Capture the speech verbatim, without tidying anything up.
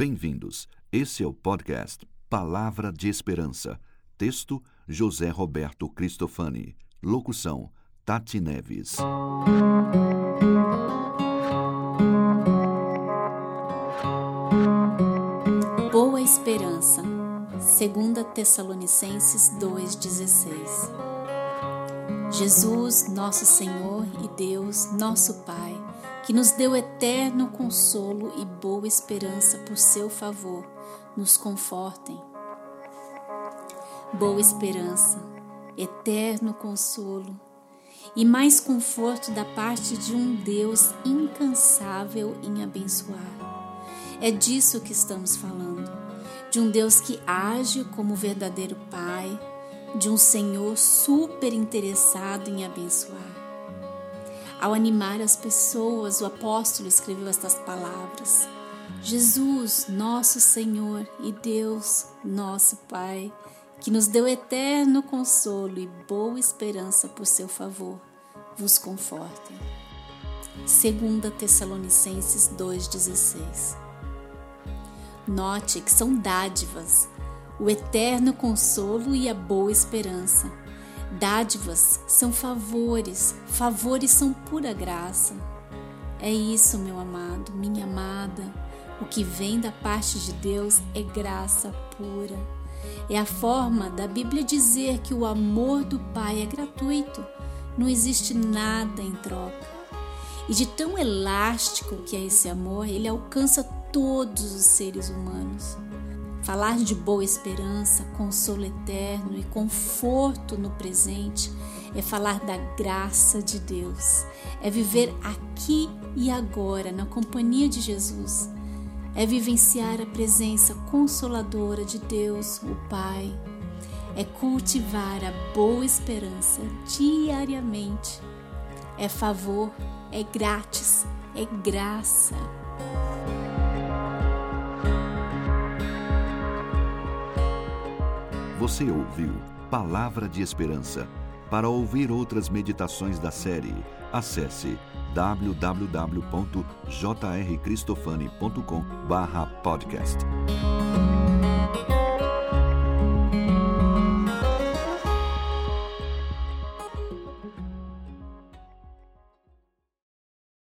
Bem-vindos. Esse é o podcast Palavra de Esperança. Texto, José Roberto Cristofani. Locução, Tati Neves. Boa Esperança. Segunda Tessalonicenses dois, dezesseis. Jesus, nosso Senhor e Deus, nosso Pai, que nos deu eterno consolo e boa esperança por seu favor, nos confortem. Boa esperança, eterno consolo e mais conforto da parte de um Deus incansável em abençoar. É disso que estamos falando, de um Deus que age como verdadeiro Pai, de um Senhor super interessado em abençoar. Ao animar as pessoas, o apóstolo escreveu estas palavras: Jesus, nosso Senhor e Deus, nosso Pai, que nos deu eterno consolo e boa esperança por seu favor, vos confortem. Segunda Tessalonicenses dois, dezesseis. Note que são dádivas, o eterno consolo e a boa esperança. Dádivas são favores, favores são pura graça. É isso, meu amado, minha amada. O que vem da parte de Deus é graça pura. É a forma da Bíblia dizer que o amor do Pai é gratuito, não existe nada em troca. E de tão elástico que é esse amor, ele alcança todos os seres humanos. Falar de boa esperança, consolo eterno e conforto no presente é falar da graça de Deus, é viver aqui e agora na companhia de Jesus, é vivenciar a presença consoladora de Deus, o Pai, é cultivar a boa esperança diariamente, é favor, é grátis, é graça. Você ouviu Palavra de Esperança. Para ouvir outras meditações da série, acesse w w w ponto j r cristofani ponto com barra podcast.